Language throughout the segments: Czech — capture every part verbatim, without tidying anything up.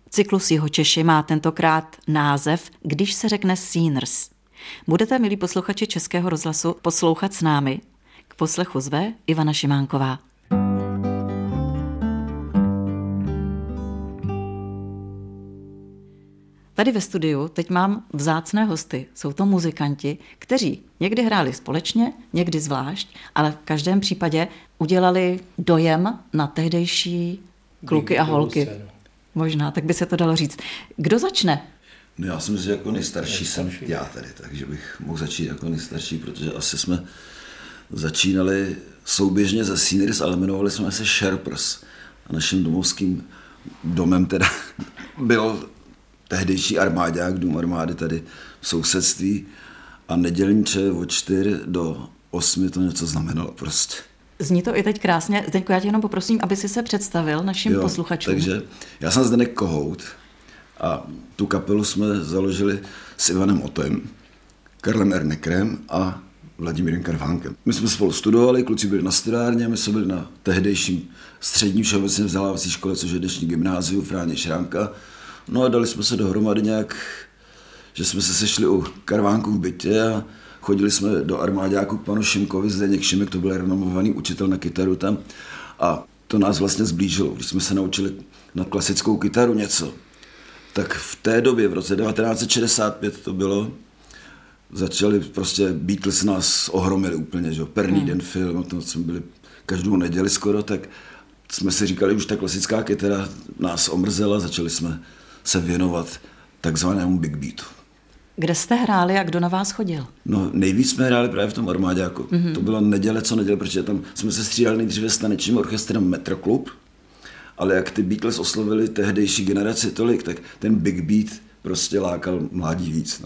Cyklus Jihočeši má tentokrát název Když se řekne Sceners. Budete, milí posluchači Českého rozhlasu, poslouchat s námi. K poslechu zve Ivana Šimánková. Tady ve studiu teď mám vzácné hosty. Jsou to muzikanti, kteří někdy hráli společně, někdy zvlášť, ale v každém případě udělali dojem na tehdejší kluky a holky. Možná, tak by se to dalo říct. Kdo začne? No já jsem si jako nejstarší, jsem já tady, takže bych mohl začít jako nejstarší, protože asi jsme začínali souběžně ze Sceners, ale jmenovali jsme se Sharpers. A naším domovským domem teda byl tehdejší armáďák, dům armády tady v sousedství a nedělníče od čtyř do osmi to něco znamenalo prostě. Zní to i teď krásně. Zdeňku, já tě jenom poprosím, aby si se představil našim jo, posluchačům. Takže já jsem Zdeněk Kohout a tu kapelu jsme založili s Ivanem Otem, Karlem Ernekrem a Vladimírem Karvánkem. My jsme spolu studovali, kluci byli na studárně, my jsme byli na tehdejším středním všeobecně vzdělávací škole, což je dnešní gymnázium Fráně Šrámka. No a dali jsme se dohromady nějak, že jsme se sešli u Karvánku v bytě a chodili jsme do armáďáku k panu Šimkovi, Zdeněk Šimek, to byl renomovaný učitel na kytaru tam a to nás vlastně zblížilo, když jsme se naučili na klasickou kytaru něco. Tak v té době, v roce devatenáct set šedesát pět to bylo, začali prostě Beatles nás ohromili úplně, že? Perný hmm. den film, to jsme byli každou neděli skoro, tak jsme si říkali, už ta klasická kytara nás omrzela, začali jsme se věnovat takzvanému big beatu. Kde jste hráli a kdo na vás chodil? No nejvíc jsme hráli právě v tom armáďáku. Mm-hmm. To bylo neděle co neděle, protože tam jsme se střídali nejdříve s tanečním orchestrem Metro Club, ale jak ty Beatles oslovili tehdejší generaci tolik, tak ten big beat prostě lákal mládí víc. No.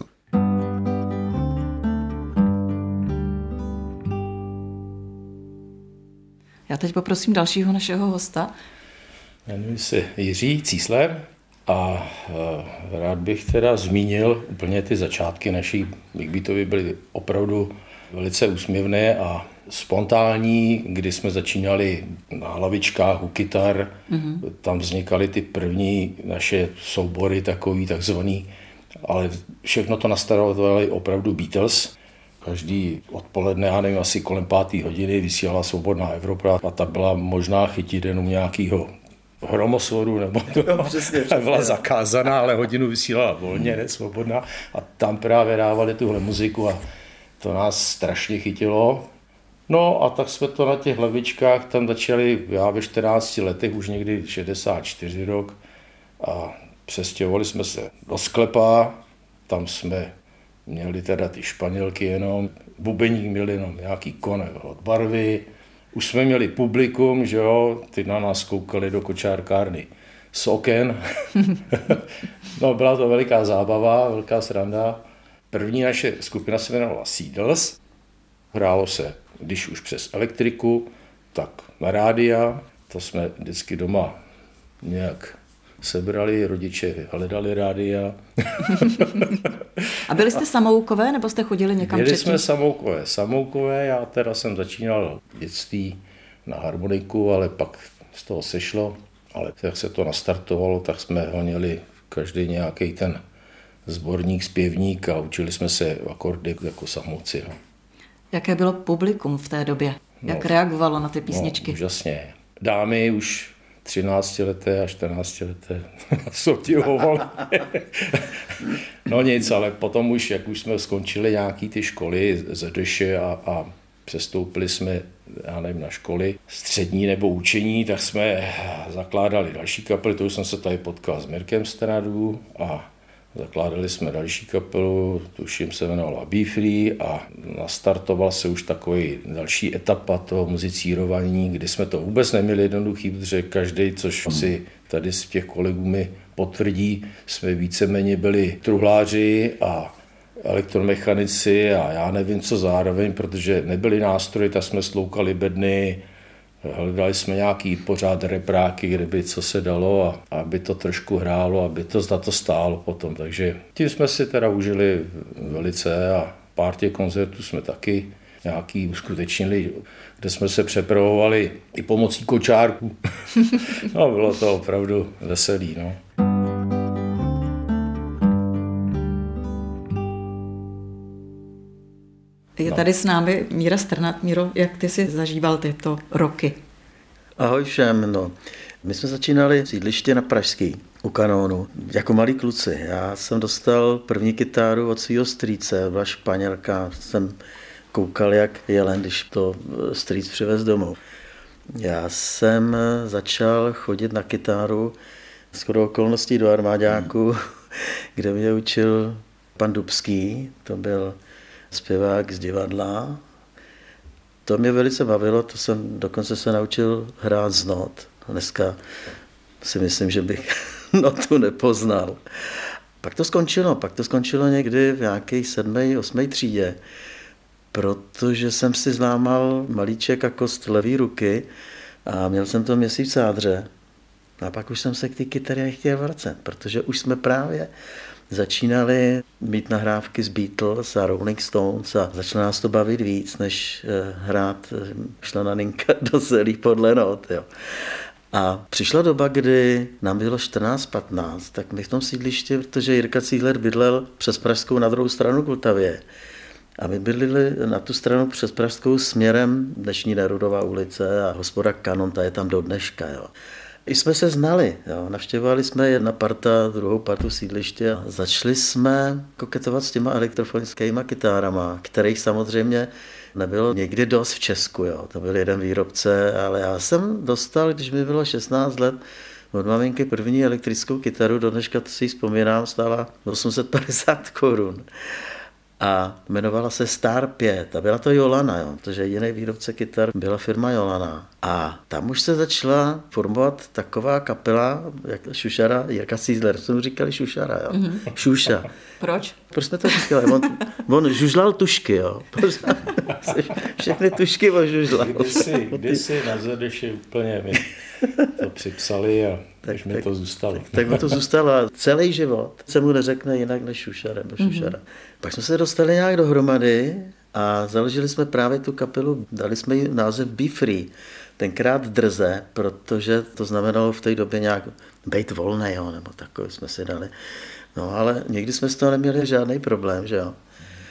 Já teď poprosím dalšího našeho hosta. Jmenuji se Jiří Císler a rád bych teda zmínil úplně ty začátky naší big beatovy byly opravdu velice úsměvné a spontánní, kdy jsme začínali na hlavičkách u kytar, mm-hmm. tam vznikaly ty první naše soubory takový takzvaný, ale všechno to nastavovali opravdu Beatles. Každý odpoledne, já nevím, asi kolem páté hodiny vysílala Svobodná Evropa a ta byla možná chytit jenom nějakýho hromosvodu, nebo to jo, přesně, přesně. byla zakázaná, ale hodinu vysílala volně, ne, svobodná. A tam právě dávali tuhle muziku a to nás strašně chytilo. No a tak jsme to na těch hlavičkách tam začali, já ve čtrnácti letech, už někdy šedesát čtyři rok a přestěhovali jsme se do sklepa, tam jsme měli teda ty Španělky jenom, bubeník měl jenom nějaký konek od barvy, už jsme měli publikum, že jo, ty na nás koukali do kočárkárny z oken. No byla to veliká zábava, velká sranda. První naše skupina se jmenovala Seedles, hrálo se, když už přes elektriku, tak na rádia, to jsme vždycky doma nějak sebrali, rodiče hledali rádia. A byli jste samoukové, nebo jste chodili někam Byli předtím? jsme samoukové, samoukové, já teda jsem začínal v dětství na harmoniku, ale pak z toho sešlo, ale jak se to nastartovalo, tak jsme honili každý nějaký ten sborník, zpěvník a učili jsme se akordy jako samouci. No. Jaké bylo publikum v té době? Jak no, reagovalo na ty písničky? No, úžasně. Dámy už třináctileté a čtrnáctileté jsou divovali. No nic, ale potom už, jak už jsme skončili nějaký ty školy z Deše a, a přestoupili jsme, já nevím, na školy střední nebo učení, tak jsme zakládali další kapely, to už jsem se tady potkal s Mirkem Stradu a zakládali jsme další kapelu, tuším se jmenovala Be Free a nastartoval se už takový další etapa toho muzicírování, kdy jsme to vůbec neměli jednoduchý, protože každý, což asi tady z těch kolegů mi potvrdí, jsme víceméně byli truhláři a elektromechanici a já nevím co zároveň, protože nebyly nástroje, tak jsme sloukali bedny, hledali jsme nějaký pořád repráky, kde by co se dalo a aby to trošku hrálo, aby to za to stálo potom. Takže tím jsme si teda užili velice a pár těch koncertů jsme taky nějaký uskutečnili, kde jsme se přepravovali i pomocí kočárků. No, bylo to opravdu veselý, no. Je no. tady s námi Míra Strnad. Míro, jak ty si zažíval tyto roky? Ahoj všem, no. My jsme začínali sídliště na Pražský u Kanónu, jako malí kluci. Já jsem dostal první kytáru od svého strýce, byla Španělka, jsem koukal jak jelen, když to strýc přivez domů. Já jsem začal chodit na kytáru shodou okolností do armáďáku, hmm. kde mě učil pan Dubský, to byl zpěvák z divadla. To mě velice bavilo, to jsem dokonce se naučil hrát z not. Dneska si myslím, že bych notu nepoznal. Pak to skončilo, pak to skončilo někdy v nějaké sedmé, osmé třídě, protože jsem si zlámal malíček a kost levý ruky a měl jsem to měsíc v sádře. A pak už jsem se k té kytaře nechtěl vracet, protože už jsme právě začínali mít nahrávky z Beatles a Rolling Stones a začalo nás to bavit víc, než hrát šlananinka do zelí podle not. Jo. A přišla doba, kdy nám bylo čtrnáct patnáct, tak my v tom sídlišti, protože Jirka Cídler bydlel přes Pražskou na druhou stranu k Vltavě. A my bydlili na tu stranu přes Pražskou směrem dnešní Nerudová ulice a hospoda Kanon, ta je tam do dneška. Jo. I jsme se znali, jo. Navštěvovali jsme jedna parta, druhou partu sídliště a začali jsme koketovat s těma elektrofonickýma kytárama, kterých samozřejmě nebylo někdy dost v Česku. Jo. To byl jeden výrobce, ale já jsem dostal, když mi bylo šestnáct let, od maminky první elektrickou kytaru, do dneška to si vzpomínám, stála osm set padesát korun. A jmenovala se Star pět a byla to Jolana, jo, protože jiný výrobce kytar byla firma Jolana. A tam už se začala formovat taková kapela, jak Šušara, Jirka Cídler, jsme mu říkali Šušara, jo. Mm-hmm. Šuša. Proč? Proč jsme to říkali? On, on žužlal tušky, jo. Všechny tušky ožužlal. Kdysi, kdysi na Zedeši úplně mi to připsali a tak, už mi to zůstalo. Tak, tak mi to zůstalo. Celý život se mu neřekne jinak než Šušara. Nebo Šušara. Mm-hmm. Pak jsme se dostali nějak dohromady a založili jsme právě tu kapelu, dali jsme jí název Be Free. Tenkrát drze, protože to znamenalo v té době nějak být volnej, jo, nebo takové jsme si dali. No ale nikdy jsme z toho neměli žádný problém, že jo.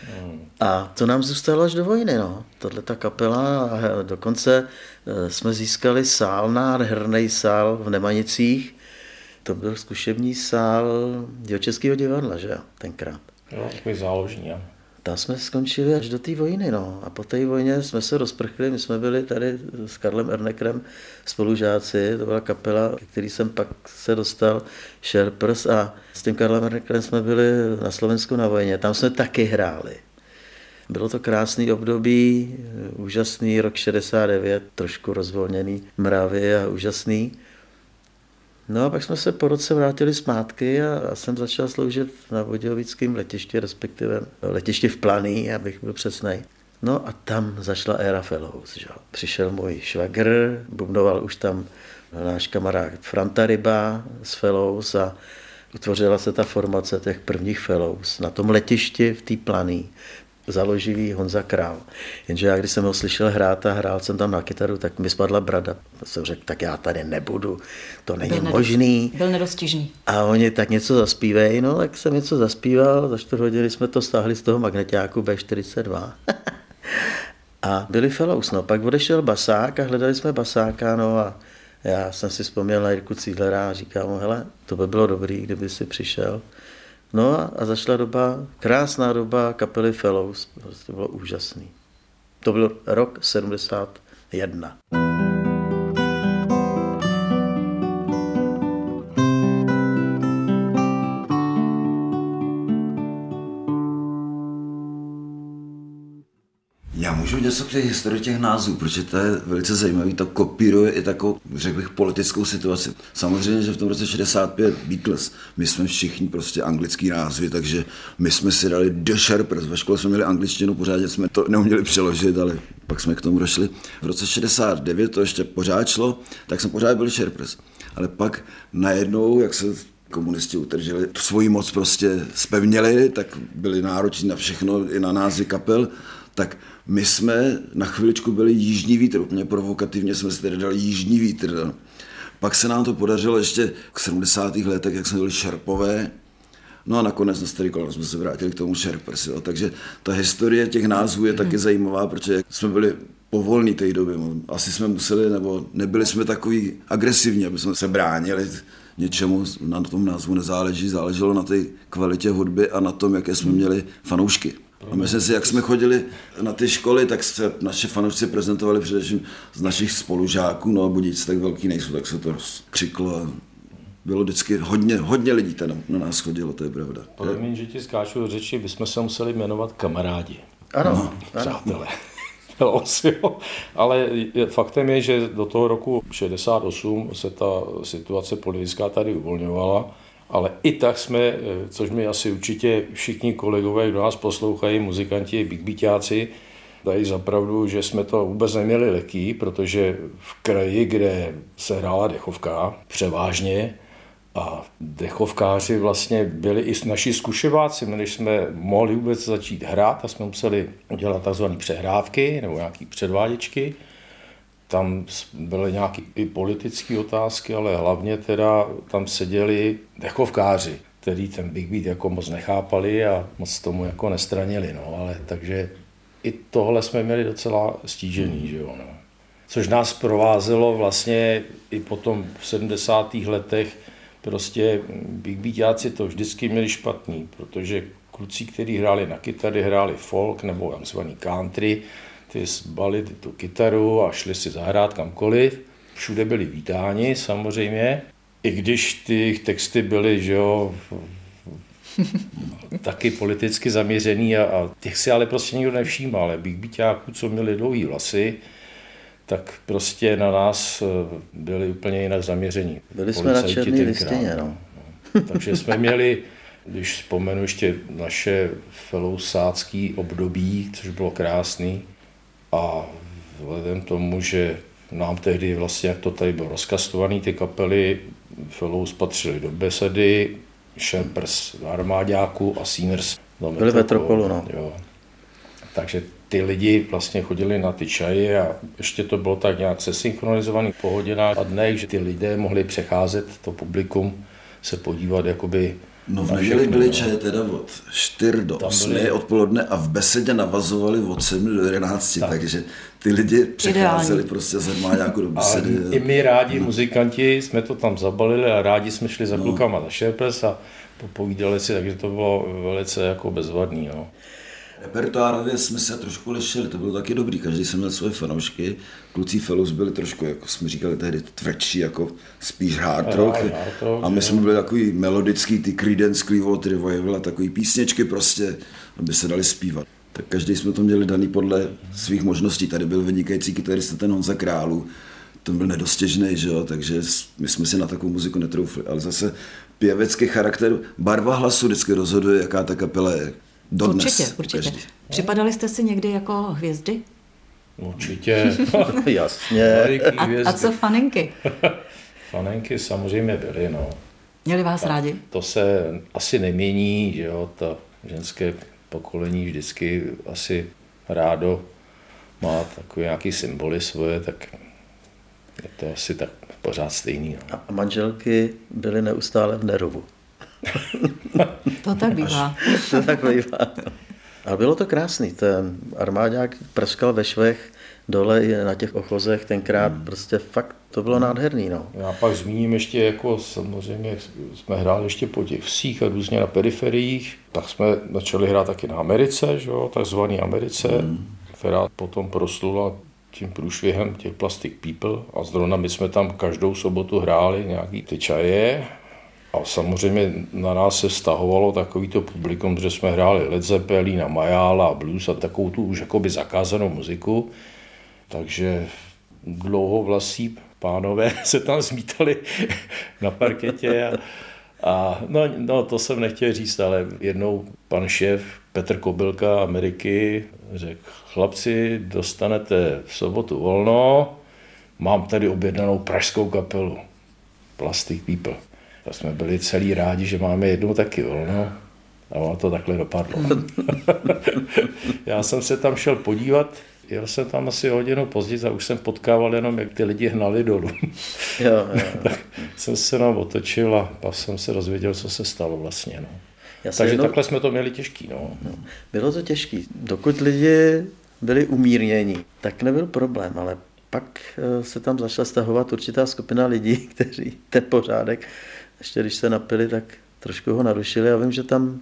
A to nám zůstalo až do vojny, no. Tohle ta kapela a dokonce jsme získali sál, nádherný sál v Nemanicích. To byl zkušební sál Jihočeského divadla, že jo, tenkrát. Jo, takový záložní, ano. Tam jsme skončili až do té vojny, no. A po té vojně jsme se rozprchli, my jsme byli tady s Karlem Ernekrem spolužáci, to byla kapela, který jsem pak se dostal, Sharpers, a s tím Karlem Ernekrem jsme byli na Slovensku na vojně, tam jsme taky hráli. Bylo to krásný období, úžasný rok šedesát devět, trošku rozvolněný mravy a úžasný. No a pak jsme se po roce vrátili zpátky a, a jsem začal sloužit na Budějovickém letišti, respektive letišti v Planý, abych byl přesnej. No a tam začala éra Fellows. Že? Přišel můj švagr, bubnoval už tam náš kamarád Franta Ryba z Fellows a utvořila se ta formace těch prvních Fellows na tom letišti v té Planý. Založivý Honza Král. Jenže já, když jsem ho slyšel hrát a hrál jsem tam na kytaru, tak mi spadla brada. Jsem řekl, tak já tady nebudu, to není byl možný. Nedost, byl nedostižný. A oni tak něco zaspívají, no tak jsem něco zaspíval, za čtyři hodiny jsme to stáhli z toho magneťáku bé čtyřicet dva. A byli Fellows, no, pak odešel basák a hledali jsme basáka, no a já jsem si vzpomněl na Jirku Cídlera a říkám mu, hele, to by bylo dobrý, kdyby si přišel. No a začala doba, krásná doba kapely Fellows, to bylo úžasný. To byl rok sedmdesát jedna. Já můžu něco k té historii těch názvů, protože to je velice zajímavý, to kopíruje i takovou, řekl bych, politickou situaci. Samozřejmě, že v tom roce šedesát pět Beatles, my jsme všichni prostě anglický názvy, takže my jsme si dali The Sharpers, ve škole jsme měli angličtinu, pořádně jsme to neuměli přeložit, ale pak jsme k tomu došli. V roce šedesát devět to ještě pořád šlo, tak jsme pořád byli Sharpers. Ale pak najednou, jak se komunisti utržili, tu svoji moc prostě spevnili, tak byli nároční na všechno, i na názvy kapel, tak my jsme na chviličku byli Jižní vítr, úplně provokativně jsme si tedy dali Jižní vítr. Pak se nám to podařilo ještě k sedmdesátých letech, jak jsme byli Šarpové, No a nakonec na Starý Kolno jsme se vrátili k tomu Sharpers, jo. Takže ta historie těch názvů je taky zajímavá, protože jsme byli povolní té době. Asi jsme museli, nebo nebyli jsme takový agresivní, aby jsme se bránili něčemu, na tom názvu nezáleží, záleželo na té kvalitě hudby a na tom, jaké jsme měli fanoušky. A myslím si, jak jsme chodili na ty školy, tak se naše fanoušci prezentovali především z našich spolužáků, no a Budíci tak velký nejsou, tak se to křiklo. Bylo vždycky hodně, hodně lidí tam na nás chodilo, to je pravda. Promiň, že ti skáču do řeči, bychom se museli jmenovat kamarádi. Ano, no, přátelé. No. Ale faktem je, že do toho roku šedesát osm se ta situace politická tady uvolňovala, ale i tak jsme, což mi asi určitě všichni kolegové, kdo nás poslouchají, muzikanti, big beatáci, dají za pravdu, že jsme to vůbec neměli lehký, protože v kraji, kde se hrála dechovka převážně, a dechovkáři vlastně byli i naši zkuševáci, než jsme mohli vůbec začít hrát a jsme museli dělat tzv. Přehrávky nebo nějaké předváděčky. Tam byly nějaké i politické otázky, ale hlavně teda tam seděli dechovkáři, který ten big beat jako moc nechápali a moc tomu jako nestranili. No. Ale takže i tohle jsme měli docela stížený, že jo. No. Což nás provázelo vlastně i potom v sedmdesátých letech. Prostě big beatáci to vždycky měli špatný, protože kluci, kteří hráli na kytary, hráli folk nebo takzvaný country, ty zbali tu kytaru a šli si zahrát kamkoliv. Všude byli vítáni samozřejmě, i když ty texty byly, že jo, taky politicky zaměřený a, a těch si ale prostě nikdo nevšímal, ale big beatáků, co měli dlouhý vlasy, tak prostě na nás byli úplně jinak zaměření. Byli jsme na černý listině, no. no. Takže jsme měli, když vzpomenu ještě naše fellowsácký období, což bylo krásný, a vzhledem tomu, že nám tehdy vlastně, jak to tady bylo rozkastovaný, ty kapely Fellows patřily do Besedy, Sharpers do Armáďáku a Sinners do Metropolu. Byli Metropolu, no. Jo. Takže ty lidi vlastně chodili na ty čaje a ještě to bylo tak nějak sesynchronizovaný po hodinách a dnech, že ty lidé mohli přecházet, to publikum, se podívat jakoby. No v neděli byly čaje teda od čtyř do osmi byli... odpoledne a v Besedě navazovali od sedmi do jedenácti, tak. Takže ty lidi přecházeli ideální. Prostě z Armáďáku do Besedy. A i my rádi, no. muzikanti, jsme to tam zabalili a rádi jsme šli za no. klukama za Sharpers a popovídali si, takže to bylo velice jako bezvadný. No. Repertoárově jsme se trošku lišili, to bylo taky dobrý, každý jsem měl svoje fanoušky, kluci Fellows byli trošku, jako jsme říkali tehdy, tvrdší, jako spíš hard rock, a, hard rock a my jsme byli takový melodický, ty Creedence Clearwater Revival, takový písničky prostě, aby se dali zpívat. Tak každý jsme to měli daný podle svých možností, tady byl vynikající kytarista ten Honza Králů, ten byl nedostěžný, že jo, takže my jsme si na takovou muziku netroufli, ale zase pěvecký charakter, barva hlasu vždycky rozhoduje, jaká ta kapela je. Dodnes, určitě, určitě. Každý. Připadali jste si někdy jako hvězdy? Určitě. Jasně. A, a co faninky? Faninky samozřejmě byly, no. Měli vás Ta, rádi? To se asi nemění, že jo, ta ženské pokolení vždycky asi rádo má takové nějaký symboly svoje, tak je to asi tak pořád stejný. No. A manželky byly neustále v nerovu. To tak bývá. To tak bývá. Ale bylo to krásný, ten armáďák prskal ve švech, dole na těch ochozech, tenkrát hmm. prostě fakt to bylo nádherný. No. Já pak zmíním ještě, jako samozřejmě jsme hráli ještě po těch vsích a různě na periferiích, tak jsme začali hrát taky na Americe, že jo, takzvaný Americe, hmm. která potom proslula tím průšvihem těch Plastic People a zrovna my jsme tam každou sobotu hráli nějaký ty čaje. A samozřejmě na nás se vztahovalo takovýto publikum, že jsme hráli Led Zeppelin a Mayala a blues a takovou tu už jakoby zakázanou muziku. Takže dlouhovlasí pánové se tam zmítali na parketě. A, a no, no, to jsem nechtěl říct, ale jednou pan šéf Petr Kobylka Ameriky řekl, chlapci, dostanete v sobotu volno, mám tady objednanou pražskou kapelu Plastic People. Tak jsme byli celý rádi, že máme jednou taky volno a ono to takhle dopadlo. Já jsem se tam šel podívat, jel jsem tam asi hodinu později a už jsem potkával jenom, jak ty lidi hnali dolů. Jo, jo. Tak jsem se nám otočil a pak jsem se dozvěděl, co se stalo vlastně. No. Takže jednou... takhle jsme to měli těžký. No. No, bylo to těžký. Dokud lidi byli umírnění, tak nebyl problém, ale pak se tam začala stahovat určitá skupina lidí, kteří ten pořádek, ještě když se napili, tak trošku ho narušili. Já vím, že tam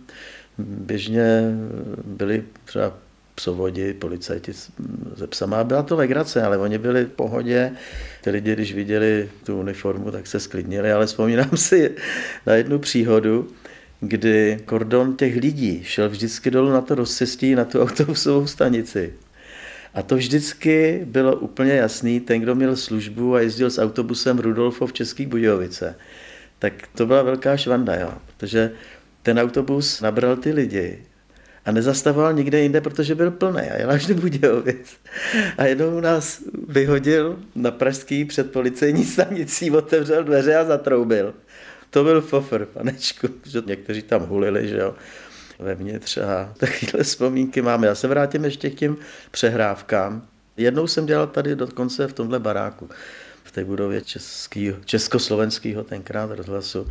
běžně byli třeba psovodi, policajti se psama. Byla to legrace, ale oni byli v pohodě. Ty lidi, když viděli tu uniformu, tak se sklidnili, ale vzpomínám si na jednu příhodu, kdy kordon těch lidí šel vždycky dolů na to rozcestí, na tu autobusovou stanici. A to vždycky bylo úplně jasný, ten, kdo měl službu a jezdil s autobusem Rudolfov v Českých Budějovice, tak to byla velká švanda, jo, protože ten autobus nabral ty lidi a nezastavoval nikde jinde, protože byl plný a jel až do Budějovic. A jednou nás vyhodil na pražský před policejní stanicí, otevřel dveře a zatroubil. To byl fofr, panečku, že někteří tam hulili, že jo, vevnitř a takovéhle vzpomínky máme. Já se vrátím ještě k těm přehrávkám. Jednou jsem dělal tady dokonce v tomhle baráku, v té budově českýho, československého tenkrát rozhlasu.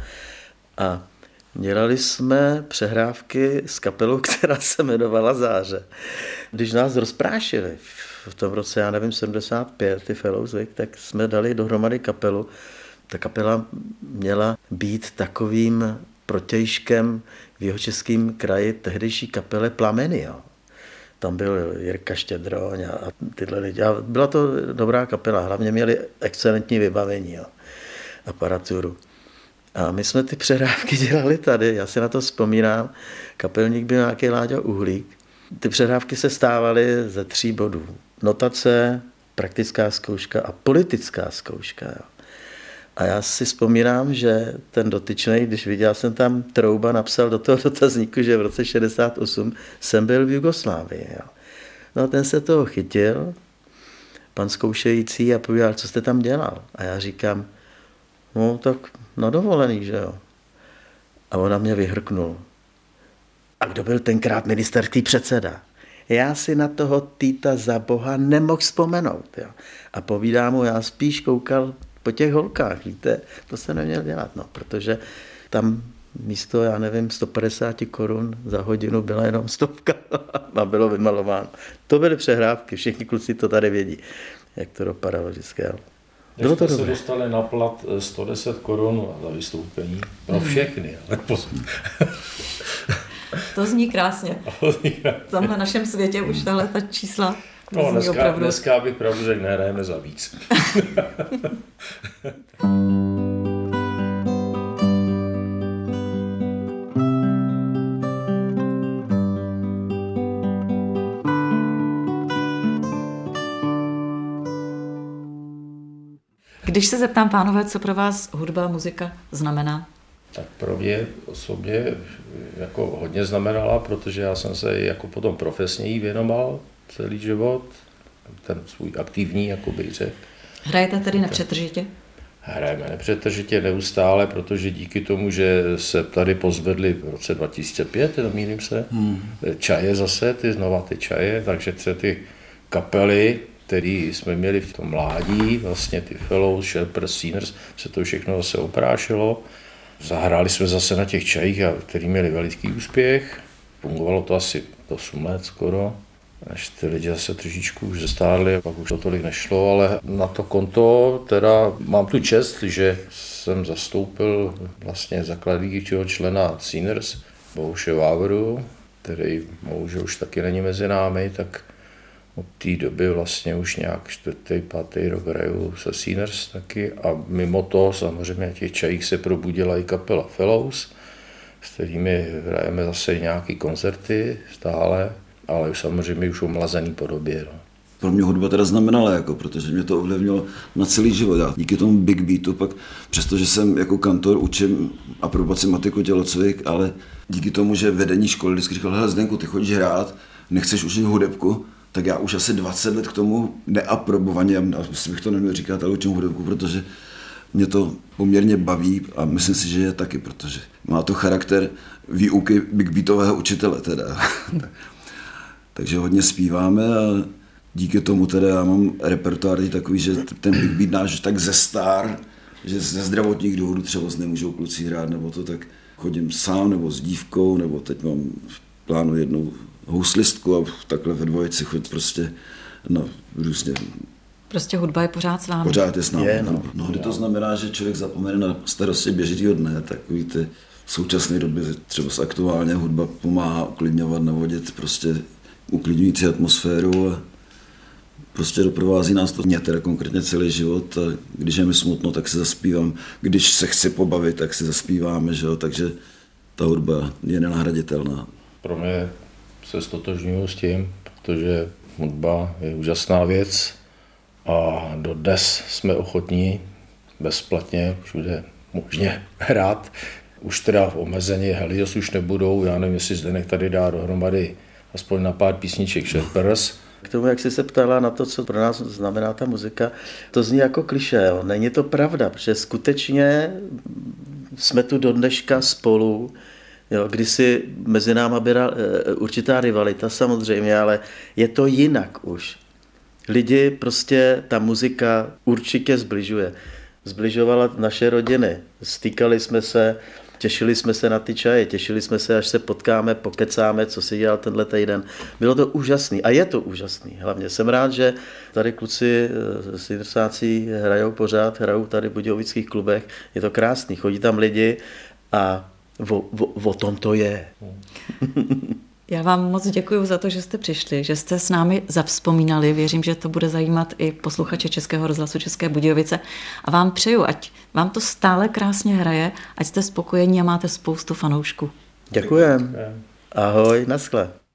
A dělali jsme přehrávky s kapelou, která se jmenovala Záře. Když nás rozprášili v tom roce, já nevím, sedmdesát pět, ty Fellows, tak jsme dali dohromady kapelu. Ta kapela měla být takovým protějškem v Jihočeském kraji tehdejší kapele Plameny. Jo. Tam byl Jirka Štědroň a tyhle lidi. A byla to dobrá kapela, hlavně měli excelentní vybavení, jo, aparaturu. A my jsme ty přehrávky dělali tady, já si na to vzpomínám, kapelník byl nějaký Láďa Uhlík. Ty přehrávky se stávaly ze tří bodů. Notace, praktická zkouška a politická zkouška. Jo. A já si vzpomínám, že ten dotyčnej, když viděl jsem tam Trouba, napsal do toho dotazníku, že v roce šedesát osm jsem byl v Jugoslávii. Jo. No a ten se toho chytil, pan zkoušející, a povídal, co jste tam dělal. A já říkám, no tak na dovolený, že jo. A on na mě vyhrknul. A kdo byl tenkrát ministerský předseda? Já si na toho Týta za boha nemohl vzpomenout. Jo. A povídá mu, já spíš koukal po těch holkách, víte, to se neměl dělat, no, protože tam místo, já nevím, sto padesát korun za hodinu byla jenom stovka a bylo vymalováno. To byly přehrávky, všichni kluci to tady vědí, jak to dopadalo vždycky. Bylo to se dostali na plat sto deset korun za vystoupení pro všechny. Ale to zní krásně. V tomhle našem světě už tahle ta čísla. No, dneska, opravdu... dneska bych pravdu řekl, nehrajeme za víc. Když se zeptám, pánové, co pro vás hudba, muzika znamená? Tak pro mě osobně jako hodně znamenala, protože já jsem se jako potom profesně jí věnoval celý život, ten svůj aktivní, jako bych řekl. Hrajete tedy nepřetržitě? Hrajeme nepřetržitě neustále, protože díky tomu, že se tady pozvedli v roce dva tisíce pět, nemýlím se, hmm. čaje zase, ty znova ty čaje, takže se ty kapely, které jsme měli v tom mládí, vlastně ty Fellows, Shelpers, Sinners, se to všechno zase oprášilo. Zahráli jsme zase na těch čajích, který měli veliký úspěch. Fungovalo to asi osm let skoro, až ty lidi zase trošičku už zestárli, pak už to tolik nešlo, ale na to konto teda mám tu čest, že jsem zastoupil vlastně zakladícího člena Sinners, Bohuše Vávru, který bohužel už taky není mezi námi, tak od té doby vlastně už nějak čtvrtý, pátý rok hraju se Sinners taky a mimo to samozřejmě na těch čajích se probudila i kapela Fellows, s kterými hrajeme zase nějaký koncerty stále, ale už samozřejmě už v omlazený podobě. No. Pro mě hudba teda znamenala, jako, protože mě to ovlivnilo na celý život. Já díky tomu Big Beatu pak, přestože jsem jako kantor, učím aprobaci matiku, tělocvik, ale díky tomu, že vedení školy vždycky říkal, hele Zdenku, ty chodíš hrát, nechceš učit hudebku, tak já už asi dvacet let k tomu neaprobovaně, a myslím, bych to neměl říkat, ale učím hudebku, protože mě to poměrně baví a myslím si, že je taky, protože má to charakter výuky big beatového učitele teda. Takže hodně zpíváme a díky tomu teda já mám repertoár takový, že ten big beat náš tak zestár, že ze zdravotních důvodů třeba nemůžou kluci hrát nebo to, tak chodím sám nebo s dívkou, nebo teď mám v plánu jednu houslistku a takhle ve dvojici chodit prostě no, různě. Prostě hudba je pořád s vámi. Pořád je s námi. Je, no. Mnohdy to znamená, že člověk zapomene na starosti běžitýho dne, takový ty v současné době třeba aktuálně hudba pomáhá uklidňovat, navodit prostě uklidňující atmosféru a prostě doprovází nás to mě teda konkrétně celý život a když je mi smutno, tak se zaspívám, když se chci pobavit, tak si zaspíváme, že jo? Takže ta hudba je nenahraditelná. Pro mě se stotožňuji s tím, protože hudba je úžasná věc a dodnes jsme ochotní bezplatně všude možně hrát. Už teda v omezení Helios už nebudou, já nevím, jestli Zdeněk tady dá dohromady aspoň na pár písniček Shepherds. K tomu, jak jsi se ptala na to, co pro nás znamená ta muzika, to zní jako klišé, jo. Není to pravda, protože skutečně jsme tu do dneška spolu, jo. Kdysi mezi náma byla určitá rivalita samozřejmě, ale je to jinak už. Lidi prostě, ta muzika určitě zbližuje. Zbližovala naše rodiny, stýkali jsme se, těšili jsme se na ty čaje, těšili jsme se, až se potkáme, pokecáme, co si dělal tenhle týden. Bylo to úžasný a je to úžasný. Hlavně jsem rád, že tady kluci z Jindrsácí hrajou pořád, hrajou tady v budějovických klubech. Je to krásný, chodí tam lidi a o, o, o tom to je. Já vám moc děkuji za to, že jste přišli, že jste s námi zavzpomínali. Věřím, že to bude zajímat i posluchače Českého rozhlasu České Budějovice. A vám přeju, ať vám to stále krásně hraje, ať jste spokojení a máte spoustu fanoušků. Děkujem. Ahoj, naschle.